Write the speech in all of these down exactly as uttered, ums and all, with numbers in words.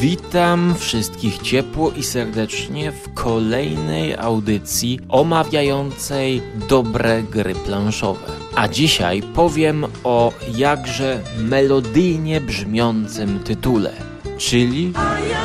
Witam wszystkich ciepło i serdecznie w kolejnej audycji omawiającej dobre gry planszowe. A dzisiaj powiem o jakże melodyjnie brzmiącym tytule, czyli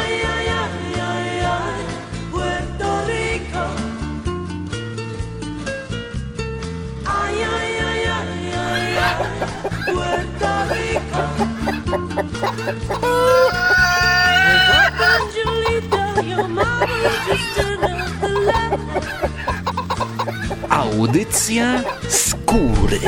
audycja skóry.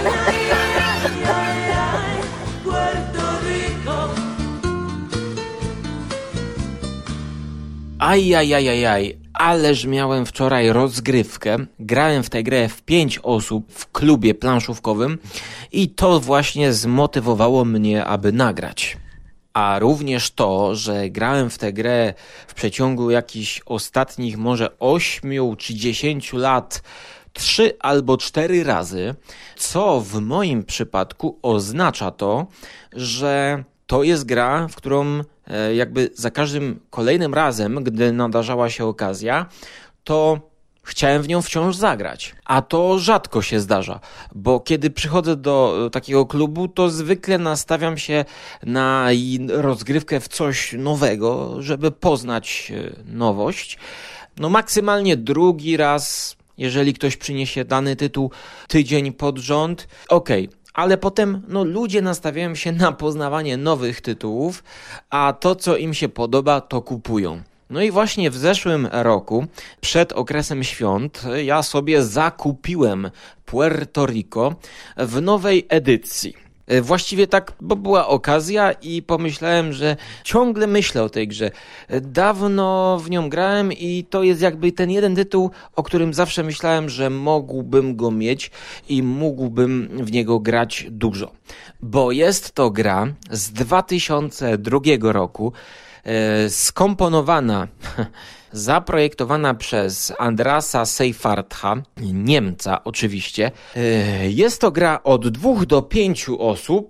Ajajajajaj, ależ miałem wczoraj rozgrywkę. Grałem w tę grę w pięć osób w klubie planszówkowym i to właśnie zmotywowało mnie, aby nagrać. A również to, że grałem w tę grę w przeciągu jakichś ostatnich może ośmiu czy dziesięciu lat trzy albo cztery razy, co w moim przypadku oznacza to, że to jest gra, w którą e, jakby za każdym kolejnym razem, gdy nadarzała się okazja, to chciałem w nią wciąż zagrać. A to rzadko się zdarza, bo kiedy przychodzę do takiego klubu, to zwykle nastawiam się na rozgrywkę w coś nowego, żeby poznać nowość. No maksymalnie drugi raz, jeżeli ktoś przyniesie dany tytuł tydzień pod rząd, okej. Okay. Ale potem no, ludzie nastawiają się na poznawanie nowych tytułów, a to, co im się podoba, to kupują. No i właśnie w zeszłym roku, przed okresem świąt, ja sobie zakupiłem Puerto Rico w nowej edycji. Właściwie tak, bo była okazja i pomyślałem, że ciągle myślę o tej grze. Dawno w nią grałem i to jest jakby ten jeden tytuł, o którym zawsze myślałem, że mógłbym go mieć i mógłbym w niego grać dużo. Bo jest to gra z dwa tysiące drugiego roku, e, skomponowana... zaprojektowana przez Andrasa Seyfartha, Niemca oczywiście. Jest to gra od dwóch do pięciu osób,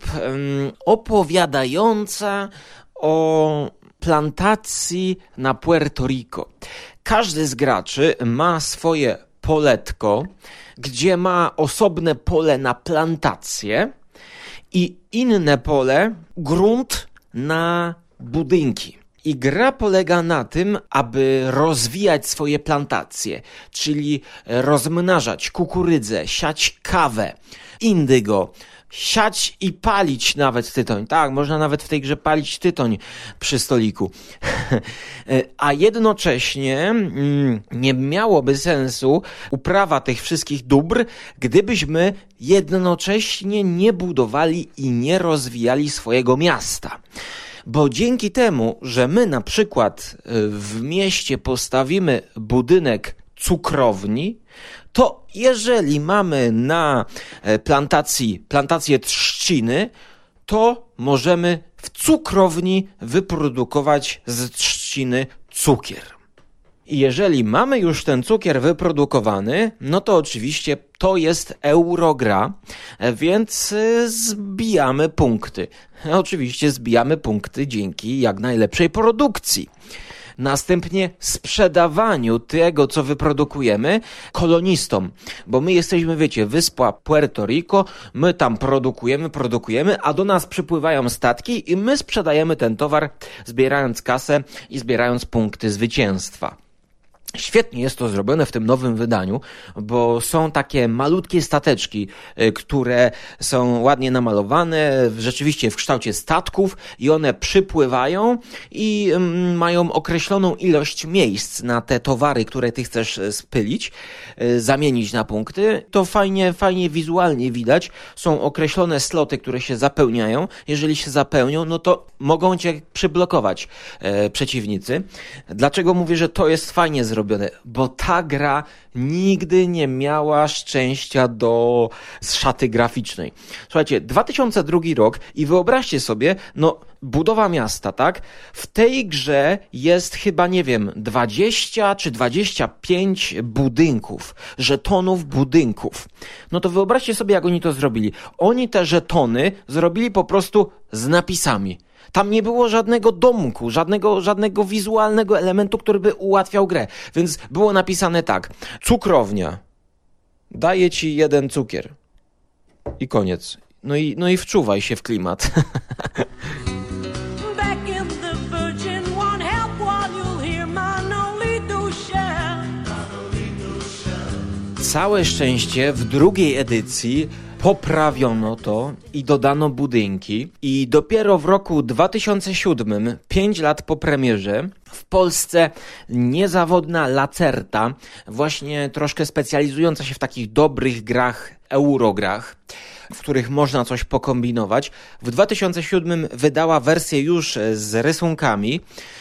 opowiadająca o plantacji na Puerto Rico. Każdy z graczy ma swoje poletko, gdzie ma osobne pole na plantację i inne pole, grunt na budynki. I gra polega na tym, aby rozwijać swoje plantacje, czyli rozmnażać kukurydzę, siać kawę, indygo, siać i palić nawet tytoń. Tak, można nawet w tej grze palić tytoń przy stoliku. A jednocześnie mm, nie miałoby sensu uprawa tych wszystkich dóbr, gdybyśmy jednocześnie nie budowali i nie rozwijali swojego miasta. Bo dzięki temu, że my na przykład w mieście postawimy budynek cukrowni, to jeżeli mamy na plantacji plantację trzciny, to możemy w cukrowni wyprodukować z trzciny cukier. I jeżeli mamy już ten cukier wyprodukowany, no to oczywiście to jest eurogra, więc zbijamy punkty. Oczywiście zbijamy punkty dzięki jak najlepszej produkcji. Następnie sprzedawaniu tego, co wyprodukujemy kolonistom, bo my jesteśmy, wiecie, wyspa Puerto Rico, my tam produkujemy, produkujemy, a do nas przypływają statki i my sprzedajemy ten towar, zbierając kasę i zbierając punkty zwycięstwa. Świetnie jest to zrobione w tym nowym wydaniu, bo są takie malutkie stateczki, które są ładnie namalowane, rzeczywiście w kształcie statków i one przypływają i mają określoną ilość miejsc na te towary, które ty chcesz spylić, zamienić na punkty. To fajnie, fajnie wizualnie widać. Są określone sloty, które się zapełniają. Jeżeli się zapełnią, no to mogą cię przyblokować e, przeciwnicy. Dlaczego mówię, że to jest fajnie zrobione? Bo ta gra nigdy nie miała szczęścia do szaty graficznej. Słuchajcie, dwa tysiące drugi rok i wyobraźcie sobie, no budowa miasta, tak? W tej grze jest chyba, nie wiem, dwadzieścia czy dwadzieścia pięć budynków, żetonów budynków. No to wyobraźcie sobie, jak oni to zrobili. Oni te żetony zrobili po prostu z napisami. Tam nie było żadnego domku, żadnego, żadnego wizualnego elementu, który by ułatwiał grę. Więc było napisane tak. Cukrownia. Daje ci jeden cukier. I koniec. No i, no i wczuwaj się w klimat. Całe szczęście w drugiej edycji poprawiono to i dodano budynki i dopiero w roku dwa tysiące siódmym, pięć lat po premierze, w Polsce niezawodna Lacerta, właśnie troszkę specjalizująca się w takich dobrych grach, eurograch, w których można coś pokombinować, w dwa tysiące siódmym wydała wersję już z rysunkami,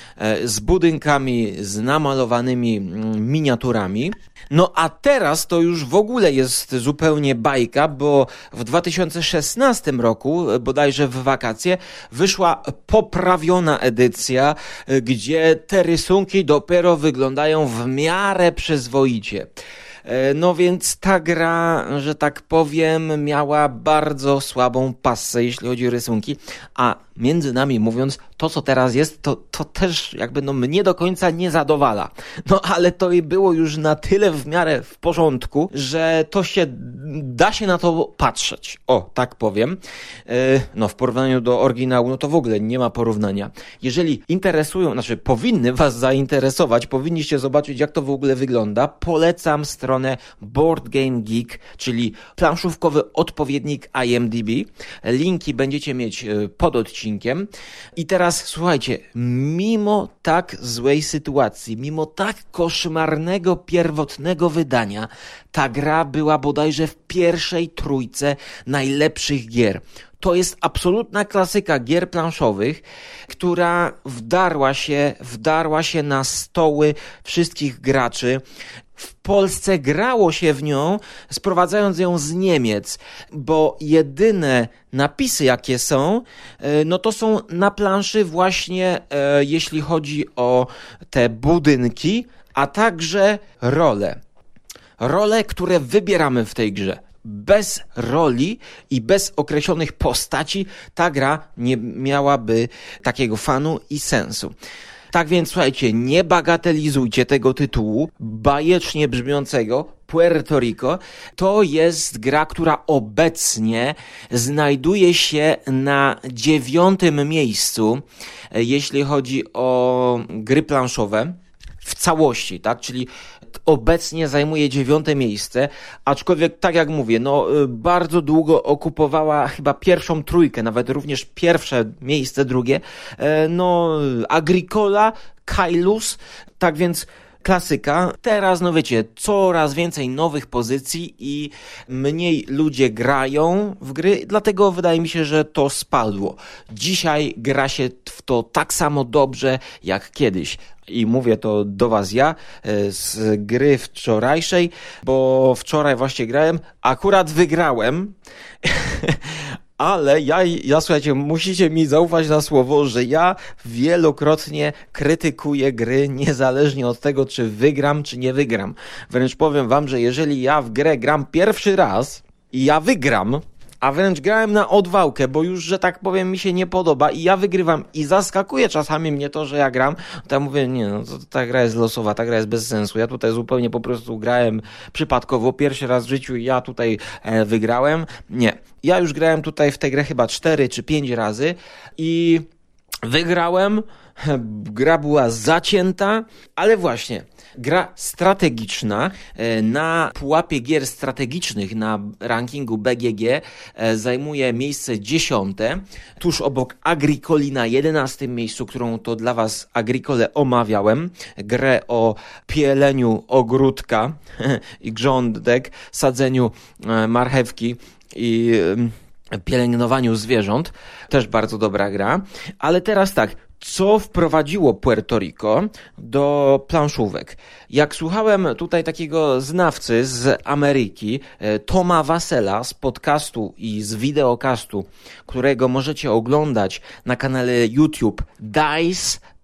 z budynkami, z namalowanymi miniaturami. No a teraz to już w ogóle jest zupełnie bajka, bo w dwa tysiące szesnastym roku, bodajże w wakacje, wyszła poprawiona edycja, gdzie te rysunki dopiero wyglądają w miarę przyzwoicie. No więc ta gra, że tak powiem, miała bardzo słabą passę, jeśli chodzi o rysunki, a między nami mówiąc, to co teraz jest, to, to też jakby no mnie do końca nie zadowala. No ale to i było już na tyle w miarę w porządku, że to się, da się na to patrzeć. O, tak powiem. Yy, no w porównaniu do oryginału, no to w ogóle nie ma porównania. Jeżeli interesują, znaczy powinny was zainteresować, powinniście zobaczyć jak to w ogóle wygląda, polecam stronę Board Game Geek, czyli planszówkowy odpowiednik I M D B. Linki będziecie mieć pod odcinkiem. I teraz słuchajcie, mimo tak złej sytuacji, mimo tak koszmarnego pierwotnego wydania, ta gra była bodajże w pierwszej trójce najlepszych gier. To jest absolutna klasyka gier planszowych, która wdarła się, wdarła się na stoły wszystkich graczy. W Polsce grało się w nią, sprowadzając ją z Niemiec, bo jedyne napisy, jakie są, no to są na planszy właśnie, e, jeśli chodzi o te budynki, a także role. Role, które wybieramy w tej grze. Bez roli i bez określonych postaci ta gra nie miałaby takiego fanu i sensu. Tak więc słuchajcie, nie bagatelizujcie tego tytułu bajecznie brzmiącego Puerto Rico. To jest gra, która obecnie znajduje się na dziewiątym miejscu, jeśli chodzi o gry planszowe w całości, tak? Czyli obecnie zajmuje dziewiąte miejsce, aczkolwiek tak jak mówię, no bardzo długo okupowała chyba pierwszą trójkę, nawet również pierwsze miejsce, drugie, no Agricola, Kailus, tak więc klasyka. Teraz, no wiecie, coraz więcej nowych pozycji i mniej ludzie grają w gry, dlatego wydaje mi się, że to spadło. Dzisiaj gra się w to tak samo dobrze jak kiedyś. I mówię to do was ja z gry wczorajszej, bo wczoraj właśnie grałem, akurat wygrałem, ale ja, ja słuchajcie, musicie mi zaufać na słowo, że ja wielokrotnie krytykuję gry niezależnie od tego, czy wygram, czy nie wygram. Wręcz powiem wam, że jeżeli ja w grę gram pierwszy raz i ja wygram, a wręcz grałem na odwałkę, bo już, że tak powiem, mi się nie podoba i ja wygrywam i zaskakuje czasami mnie to, że ja gram, to ja mówię, nie no, to, ta gra jest losowa, ta gra jest bez sensu, ja tutaj zupełnie po prostu grałem przypadkowo, pierwszy raz w życiu i ja tutaj e, wygrałem. Nie, ja już grałem tutaj w tę grę chyba cztery czy pięć razy i wygrałem, gra była zacięta, ale właśnie gra strategiczna na pułapie gier strategicznych na rankingu B G G zajmuje miejsce dziesiąte, tuż obok Agricoli na jedenastym miejscu, którą to dla was Agricole omawiałem, grę o pieleniu ogródka i grządek, sadzeniu marchewki i pielęgnowaniu zwierząt, też bardzo dobra gra, ale teraz tak, co wprowadziło Puerto Rico do planszówek? Jak słuchałem tutaj takiego znawcy z Ameryki, Toma Wassela z podcastu i z wideokastu, którego możecie oglądać na kanale YouTube Dice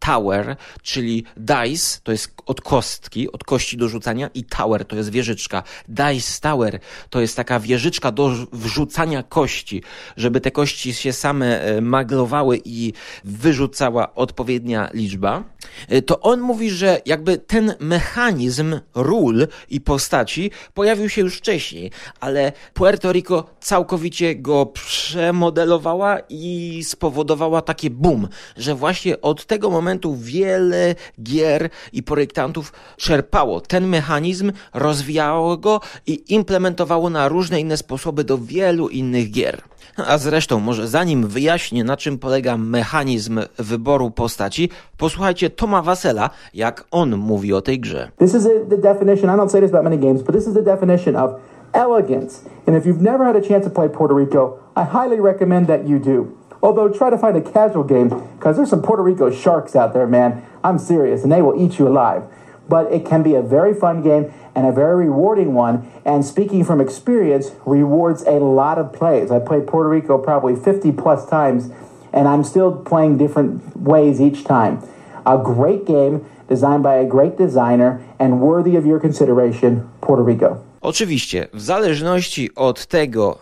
tower, czyli dice, to jest od kostki, od kości do rzucania i tower, to jest wieżyczka. Dice tower to jest taka wieżyczka do wrzucania kości, żeby te kości się same maglowały i wyrzucała odpowiednia liczba. To on mówi, że jakby ten mechanizm ról i postaci pojawił się już wcześniej, ale Puerto Rico całkowicie go przemodelowała i spowodowała takie boom, że właśnie od tego momentu wiele gier i projektantów czerpało ten mechanizm, rozwijało go i implementowało na różne inne sposoby do wielu innych gier. A zresztą, może zanim wyjaśnię, na czym polega mechanizm wyboru postaci, posłuchajcie Toma Wassela, jak on mówi o tej grze. This is a, the definition, I don't say this about many games, but this is the definition of elegance. And if you've never had a chance to play Puerto Rico, I highly recommend that you do. Although try to find a casual game, because there's some Puerto Rico sharks out there, man. I'm serious, and they will eat you alive. But it can be a very fun game and a very rewarding one. And speaking from experience, rewards a lot of plays. I played Puerto Rico probably fifty plus times, and I'm still playing different ways each time. A great game designed by a great designer and worthy of your consideration, Puerto Rico. Oczywiście, w zależności od tego,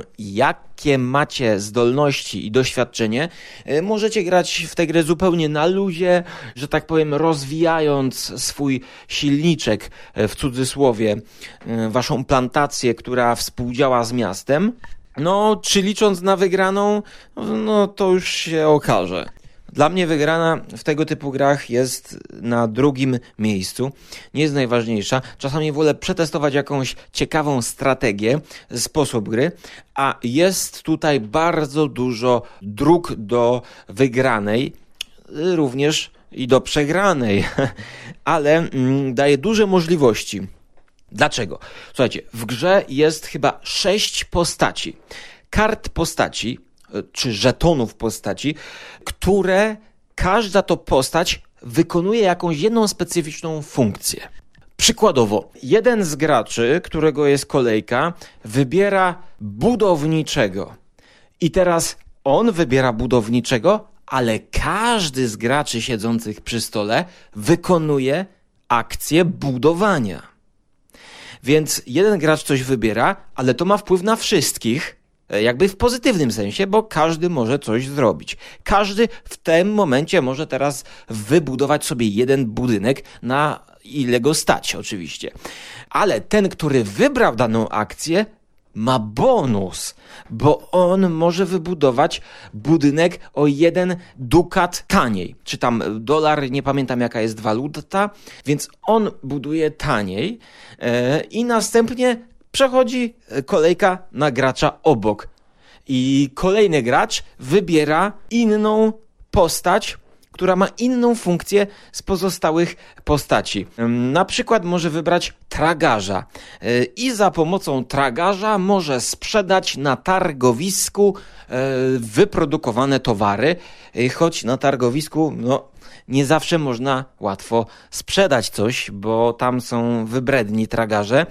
jakie macie zdolności i doświadczenie, możecie grać w tę grę zupełnie na luzie, że tak powiem, rozwijając swój silniczek, w cudzysłowie, waszą plantację, która współdziała z miastem. No, czy licząc na wygraną, no to już się okaże. Dla mnie wygrana w tego typu grach jest na drugim miejscu. Nie jest najważniejsza. Czasami wolę przetestować jakąś ciekawą strategię, sposób gry, a jest tutaj bardzo dużo dróg do wygranej, również i do przegranej, ale mm, daje duże możliwości. Dlaczego? Słuchajcie, w grze jest chyba sześć postaci. Kart postaci, czy żetonów postaci, które każda to postać wykonuje jakąś jedną specyficzną funkcję. Przykładowo, jeden z graczy, którego jest kolejka, wybiera budowniczego. I teraz on wybiera budowniczego, ale każdy z graczy siedzących przy stole wykonuje akcję budowania. Więc jeden gracz coś wybiera, ale to ma wpływ na wszystkich, jakby w pozytywnym sensie, bo każdy może coś zrobić. Każdy w tym momencie może teraz wybudować sobie jeden budynek, na ile go stać oczywiście. Ale ten, który wybrał daną akcję, ma bonus, bo on może wybudować budynek o jeden dukat taniej. Czy tam dolar, nie pamiętam jaka jest waluta, więc on buduje taniej yy, i następnie przechodzi kolejka na gracza obok. I kolejny gracz wybiera inną postać, która ma inną funkcję z pozostałych postaci. Na przykład może wybrać tragarza i za pomocą tragarza może sprzedać na targowisku wyprodukowane towary, choć na targowisku no, nie zawsze można łatwo sprzedać coś, bo tam są wybredni tragarze.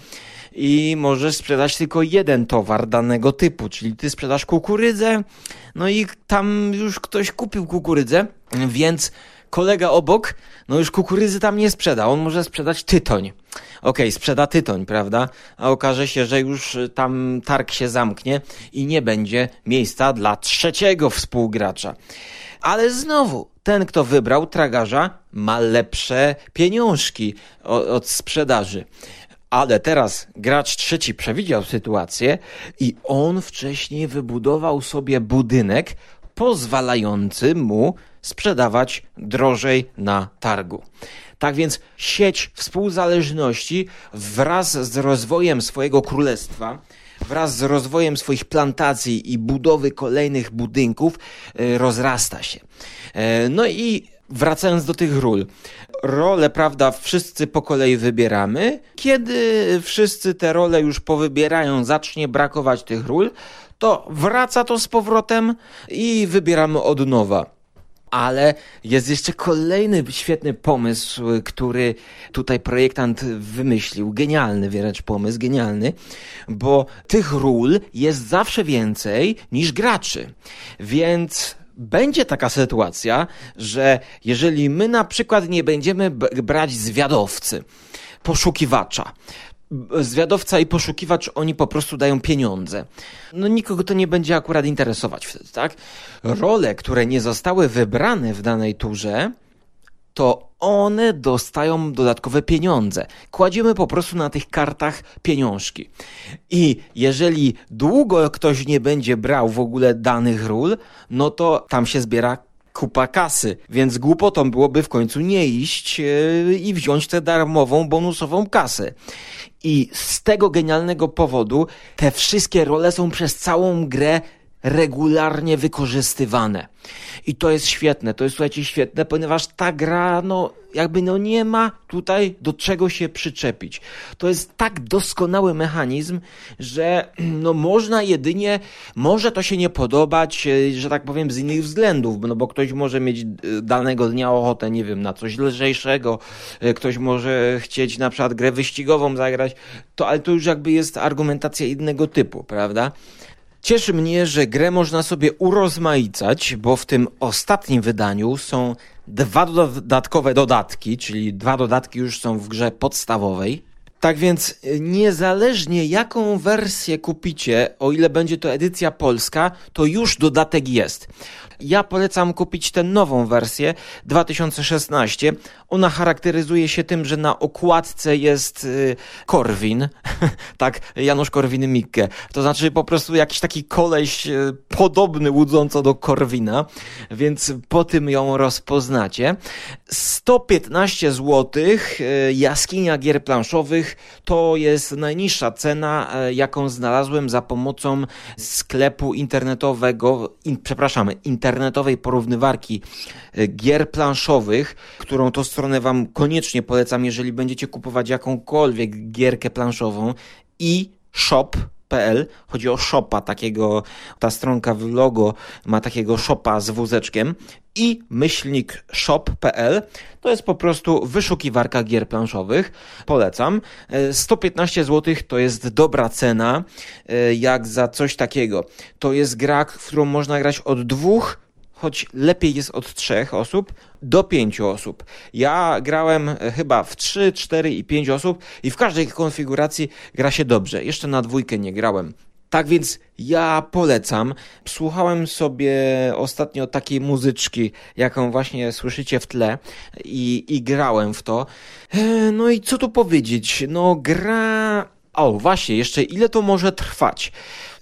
I możesz sprzedać tylko jeden towar danego typu, czyli ty sprzedasz kukurydzę, no i tam już ktoś kupił kukurydzę, więc kolega obok, no już kukurydzy tam nie sprzeda, on może sprzedać tytoń. Okej, sprzeda tytoń, prawda? A okaże się, że już tam targ się zamknie i nie będzie miejsca dla trzeciego współgracza. Ale znowu, ten, kto wybrał tragarza, ma lepsze pieniążki od sprzedaży. Ale teraz gracz trzeci przewidział sytuację i on wcześniej wybudował sobie budynek pozwalający mu sprzedawać drożej na targu. Tak więc sieć współzależności wraz z rozwojem swojego królestwa, wraz z rozwojem swoich plantacji i budowy kolejnych budynków rozrasta się. No i wracając do tych ról. Role, prawda, wszyscy po kolei wybieramy. Kiedy wszyscy te role już powybierają, zacznie brakować tych ról, to wraca to z powrotem i wybieramy od nowa. Ale jest jeszcze kolejny świetny pomysł, który tutaj projektant wymyślił. Genialny wręcz pomysł, genialny, bo tych ról jest zawsze więcej niż graczy. Więc będzie taka sytuacja, że jeżeli my na przykład nie będziemy b- brać zwiadowcy, poszukiwacza, zwiadowca i poszukiwacz, oni po prostu dają pieniądze. No nikogo to nie będzie akurat interesować wtedy, tak? Role, które nie zostały wybrane w danej turze, to one dostają dodatkowe pieniądze. Kładziemy po prostu na tych kartach pieniążki. I jeżeli długo ktoś nie będzie brał w ogóle danych ról, no to tam się zbiera kupa kasy, więc głupotą byłoby w końcu nie iść yy, i wziąć tę darmową, bonusową kasę. I z tego genialnego powodu te wszystkie role są przez całą grę regularnie wykorzystywane. I to jest świetne, to jest, słuchajcie, świetne, ponieważ ta gra, no jakby no nie ma tutaj do czego się przyczepić. To jest tak doskonały mechanizm, że no można jedynie, może to się nie podobać, że tak powiem, z innych względów, no bo ktoś może mieć danego dnia ochotę, nie wiem, na coś lżejszego, ktoś może chcieć na przykład grę wyścigową zagrać, to, ale to już jakby jest argumentacja innego typu, prawda? Cieszy mnie, że grę można sobie urozmaicać, bo w tym ostatnim wydaniu są dwa dodatkowe dodatki, czyli dwa dodatki już są w grze podstawowej. Tak więc niezależnie jaką wersję kupicie, o ile będzie to edycja polska, to już dodatek jest. Ja polecam kupić tę nową wersję dwa tysiące szesnaście. Ona charakteryzuje się tym, że na okładce jest y, Korwin, tak, Janusz Korwin-Mikke. To znaczy po prostu jakiś taki koleś y, podobny łudząco do Korwina, więc po tym ją rozpoznacie. sto piętnaście złotych, y, jaskinia gier planszowych, to jest najniższa cena, y, jaką znalazłem za pomocą sklepu internetowego, in, przepraszam, internetowego, internetowej porównywarki gier planszowych, którą to stronę wam koniecznie polecam, jeżeli będziecie kupować jakąkolwiek gierkę planszową, i shop kropka p l. Chodzi o shopa takiego, ta stronka w logo ma takiego shopa z wózeczkiem, i myślnik shop kropka p l. To jest po prostu wyszukiwarka gier planszowych. Polecam. sto piętnaście złotych to jest dobra cena jak za coś takiego. To jest gra, w którą można grać od dwóch, choć lepiej jest od trzech osób, do pięciu osób. Ja grałem chyba w trzy, cztery i pięć osób i w każdej konfiguracji gra się dobrze. Jeszcze na dwójkę nie grałem. Tak więc ja polecam. Słuchałem sobie ostatnio takiej muzyczki, jaką właśnie słyszycie w tle, i, i grałem w to. No i co tu powiedzieć? No gra... O, właśnie, jeszcze ile to może trwać?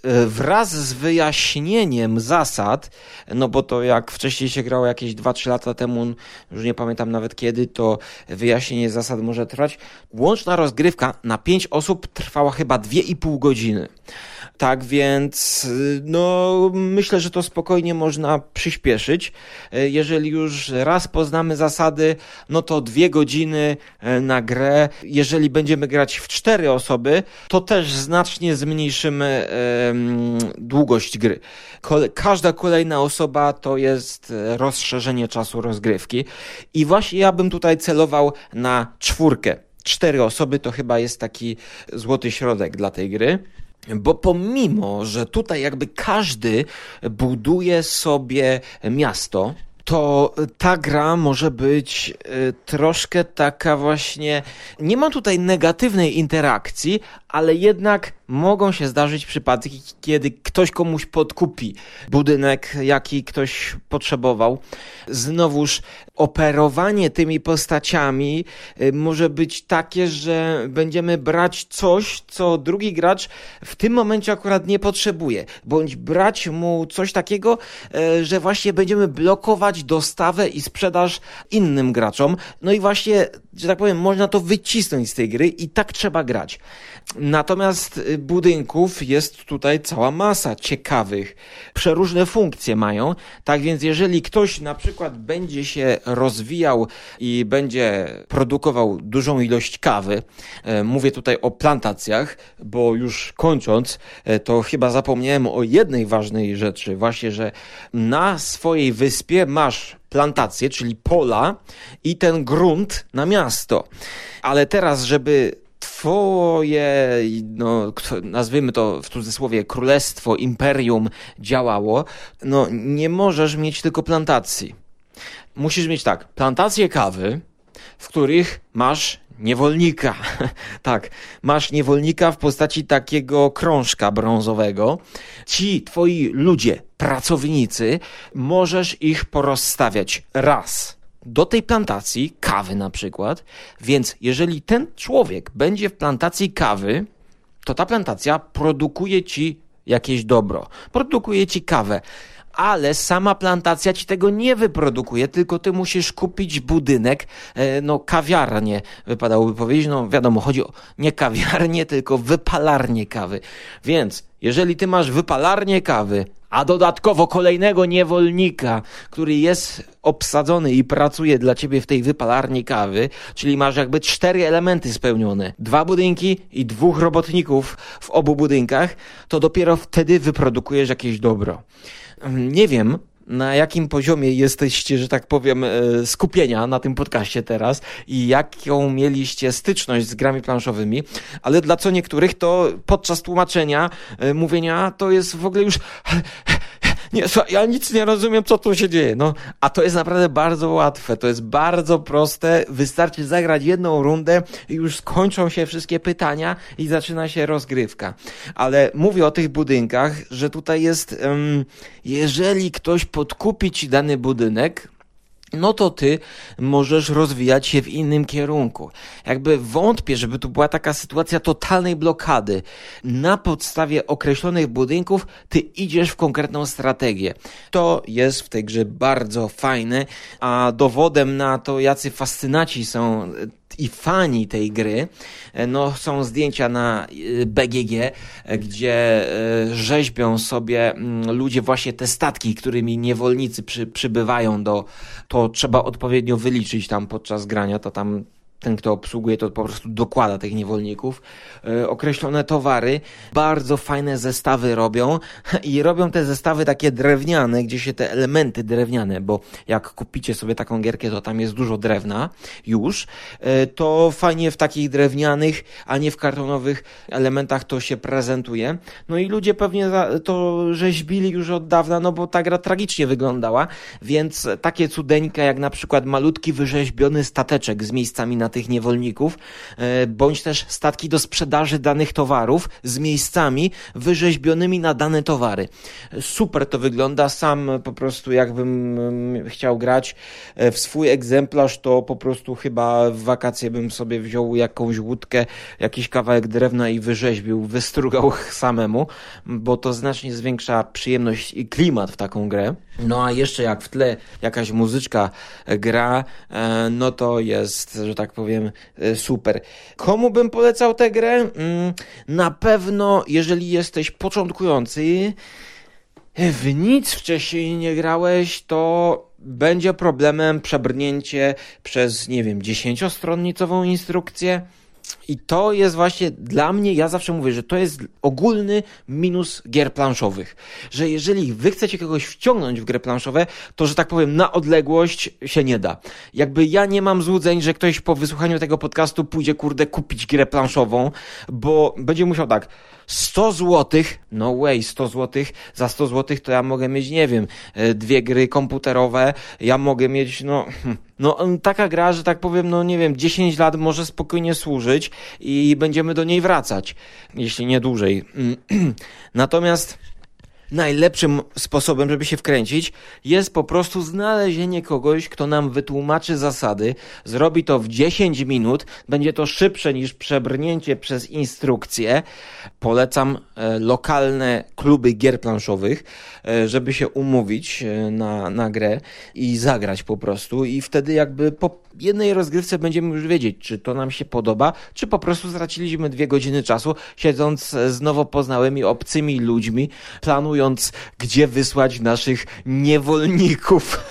Wraz z wyjaśnieniem zasad, no bo to jak wcześniej się grało jakieś dwa trzy lata temu, już nie pamiętam nawet kiedy, to wyjaśnienie zasad może trwać. Łączna rozgrywka na pięć osób trwała chyba dwie i pół godziny. Tak więc no myślę, że to spokojnie można przyspieszyć. Jeżeli już raz poznamy zasady, no to dwie godziny na grę. Jeżeli będziemy grać w cztery osoby, to też znacznie zmniejszymy um, długość gry. Kole- każda kolejna osoba to jest rozszerzenie czasu rozgrywki. I właśnie ja bym tutaj celował na czwórkę. Cztery osoby to chyba jest taki złoty środek dla tej gry. Bo pomimo, że tutaj jakby każdy buduje sobie miasto, to ta gra może być y, troszkę taka właśnie... Nie ma tutaj negatywnej interakcji, ale jednak mogą się zdarzyć przypadki, kiedy ktoś komuś podkupi budynek, jaki ktoś potrzebował. Znowuż operowanie tymi postaciami y, może być takie, że będziemy brać coś, co drugi gracz w tym momencie akurat nie potrzebuje. Bądź brać mu coś takiego, y, że właśnie będziemy blokować dostawę i sprzedaż innym graczom. No i właśnie, że tak powiem, można to wycisnąć z tej gry i tak trzeba grać. Natomiast budynków jest tutaj cała masa ciekawych. Przeróżne funkcje mają. Tak więc jeżeli ktoś na przykład będzie się rozwijał i będzie produkował dużą ilość kawy, mówię tutaj o plantacjach, bo już kończąc, to chyba zapomniałem o jednej ważnej rzeczy. Właśnie, że na swojej wyspie masz plantacje, czyli pola i ten grunt na miasto. Ale teraz, żeby twoje, no, nazwijmy to w cudzysłowie, królestwo, imperium działało, no nie możesz mieć tylko plantacji. Musisz mieć tak, plantacje kawy, w których masz niewolnika. Tak, masz niewolnika w postaci takiego krążka brązowego. Ci twoi ludzie, pracownicy, możesz ich porozstawiać raz do tej plantacji, kawy na przykład, więc jeżeli ten człowiek będzie w plantacji kawy, to ta plantacja produkuje ci jakieś dobro, produkuje ci kawę, ale sama plantacja ci tego nie wyprodukuje, tylko ty musisz kupić budynek, no kawiarnię, wypadałoby powiedzieć, no wiadomo, chodzi o nie kawiarnię, tylko wypalarnię kawy, więc jeżeli ty masz wypalarnię kawy, a dodatkowo kolejnego niewolnika, który jest obsadzony i pracuje dla ciebie w tej wypalarni kawy, czyli masz jakby cztery elementy spełnione, dwa budynki i dwóch robotników w obu budynkach, to dopiero wtedy wyprodukujesz jakieś dobro. Nie wiem, na jakim poziomie jesteście, że tak powiem, skupienia na tym podcaście teraz i jaką mieliście styczność z grami planszowymi, ale dla co niektórych to podczas tłumaczenia, mówienia to jest w ogóle już... Nie, słuchaj, ja nic nie rozumiem, co tu się dzieje. No, a to jest naprawdę bardzo łatwe, to jest bardzo proste. Wystarczy zagrać jedną rundę i już skończą się wszystkie pytania i zaczyna się rozgrywka. Ale mówię o tych budynkach, że tutaj jest, um, jeżeli ktoś podkupi ci dany budynek, no to ty możesz rozwijać się w innym kierunku. Jakby wątpię, żeby tu była taka sytuacja totalnej blokady. Na podstawie określonych budynków ty idziesz w konkretną strategię. To jest w tej grze bardzo fajne, a dowodem na to, jacy fascynaci są i fani tej gry, no są zdjęcia na B G G, gdzie rzeźbią sobie ludzie właśnie te statki, którymi niewolnicy przy, przybywają do, to trzeba odpowiednio wyliczyć tam podczas grania, to tam ten, kto obsługuje, to po prostu dokłada tych niewolników. Yy, określone towary, bardzo fajne zestawy robią i robią te zestawy takie drewniane, gdzie się te elementy drewniane, bo jak kupicie sobie taką gierkę, to tam jest dużo drewna już, yy, to fajnie w takich drewnianych, a nie w kartonowych elementach to się prezentuje. No i ludzie pewnie to rzeźbili już od dawna, no bo ta gra tragicznie wyglądała, więc takie cudeńka jak na przykład malutki wyrzeźbiony stateczek z miejscami na tych niewolników, bądź też statki do sprzedaży danych towarów z miejscami wyrzeźbionymi na dane towary. Super to wygląda, sam po prostu jakbym chciał grać w swój egzemplarz, to po prostu chyba w wakacje bym sobie wziął jakąś łódkę, jakiś kawałek drewna i wyrzeźbił, wystrugał samemu, bo to znacznie zwiększa przyjemność i klimat w taką grę. No a jeszcze jak w tle jakaś muzyczka gra, no to jest, że tak powiem, super. Komu bym polecał tę grę? Na pewno, jeżeli jesteś początkujący, w nic wcześniej nie grałeś, to będzie problemem przebrnięcie przez, nie wiem, dziesięciostronnicową instrukcję. I to jest właśnie dla mnie, ja zawsze mówię, że to jest ogólny minus gier planszowych. Że jeżeli wy chcecie kogoś wciągnąć w gry planszowe, to, że tak powiem, na odległość się nie da. Jakby ja nie mam złudzeń, że ktoś po wysłuchaniu tego podcastu pójdzie, kurde, kupić grę planszową, bo będzie musiał tak, sto złotych, no way, sto złotych, za sto złotych to ja mogę mieć, nie wiem, dwie gry komputerowe, ja mogę mieć, no... No taka gra, że tak powiem, no nie wiem, dziesięć lat może spokojnie służyć i będziemy do niej wracać, jeśli nie dłużej. Natomiast najlepszym sposobem, żeby się wkręcić, jest po prostu znalezienie kogoś, kto nam wytłumaczy zasady, zrobi to w dziesięć minut, będzie to szybsze niż przebrnięcie przez instrukcję. Polecam e, lokalne kluby gier planszowych, e, żeby się umówić e, na, na grę i zagrać po prostu i wtedy jakby po jednej rozgrywce będziemy już wiedzieć, czy to nam się podoba, czy po prostu straciliśmy dwie godziny czasu, siedząc z nowo poznałymi obcymi ludźmi, planując, gdzie wysłać naszych niewolników.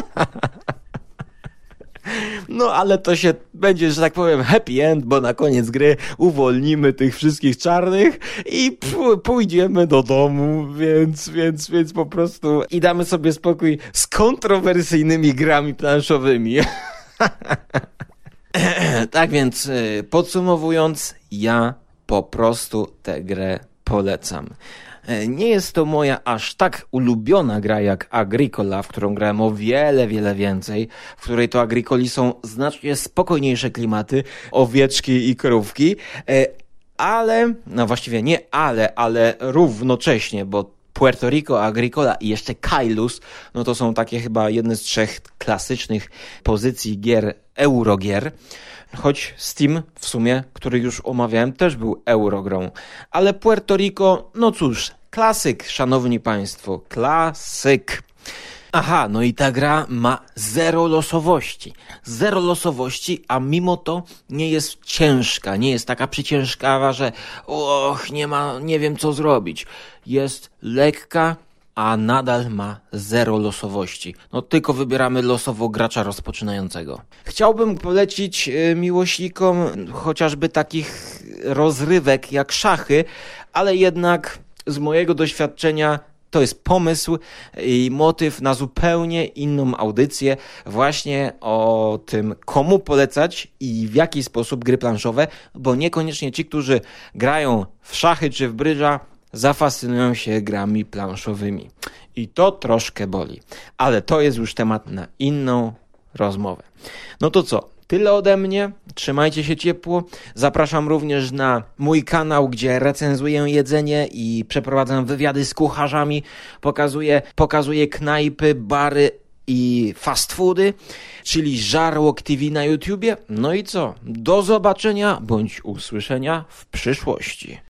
No ale to się będzie, że tak powiem, happy end, bo na koniec gry uwolnimy tych wszystkich czarnych i p- pójdziemy do domu, więc, więc, więc po prostu i damy sobie spokój z kontrowersyjnymi grami planszowymi. Tak więc podsumowując, ja po prostu tę grę polecam. Nie jest to moja aż tak ulubiona gra jak Agricola, w którą grałem o wiele, wiele więcej, w której to Agricoli są znacznie spokojniejsze klimaty, owieczki i krówki, ale, no właściwie nie ale, ale równocześnie, bo Puerto Rico, Agricola i jeszcze Kailus, no to są takie chyba jedne z trzech klasycznych pozycji gier, eurogier. Choć Steam w sumie, który już omawiałem, też był eurogrą. Ale Puerto Rico, no cóż, klasyk, szanowni państwo, klasyk. Aha, no i ta gra ma zero losowości. Zero losowości, a mimo to nie jest ciężka, nie jest taka przyciężkawa, że och, nie ma, nie wiem co zrobić. Jest lekka, a nadal ma zero losowości. No tylko wybieramy losowo gracza rozpoczynającego. Chciałbym polecić miłośnikom chociażby takich rozrywek jak szachy, ale jednak z mojego doświadczenia to jest pomysł i motyw na zupełnie inną audycję właśnie o tym, komu polecać i w jaki sposób gry planszowe, bo niekoniecznie ci, którzy grają w szachy czy w brydża, zafascynują się grami planszowymi. I to troszkę boli. Ale to jest już temat na inną rozmowę. No to co? Tyle ode mnie. Trzymajcie się ciepło. Zapraszam również na mój kanał, gdzie recenzuję jedzenie i przeprowadzam wywiady z kucharzami. Pokazuję, pokazuję knajpy, bary i fast foody, czyli Żarłok T V na YouTubie. No i co? Do zobaczenia bądź usłyszenia w przyszłości.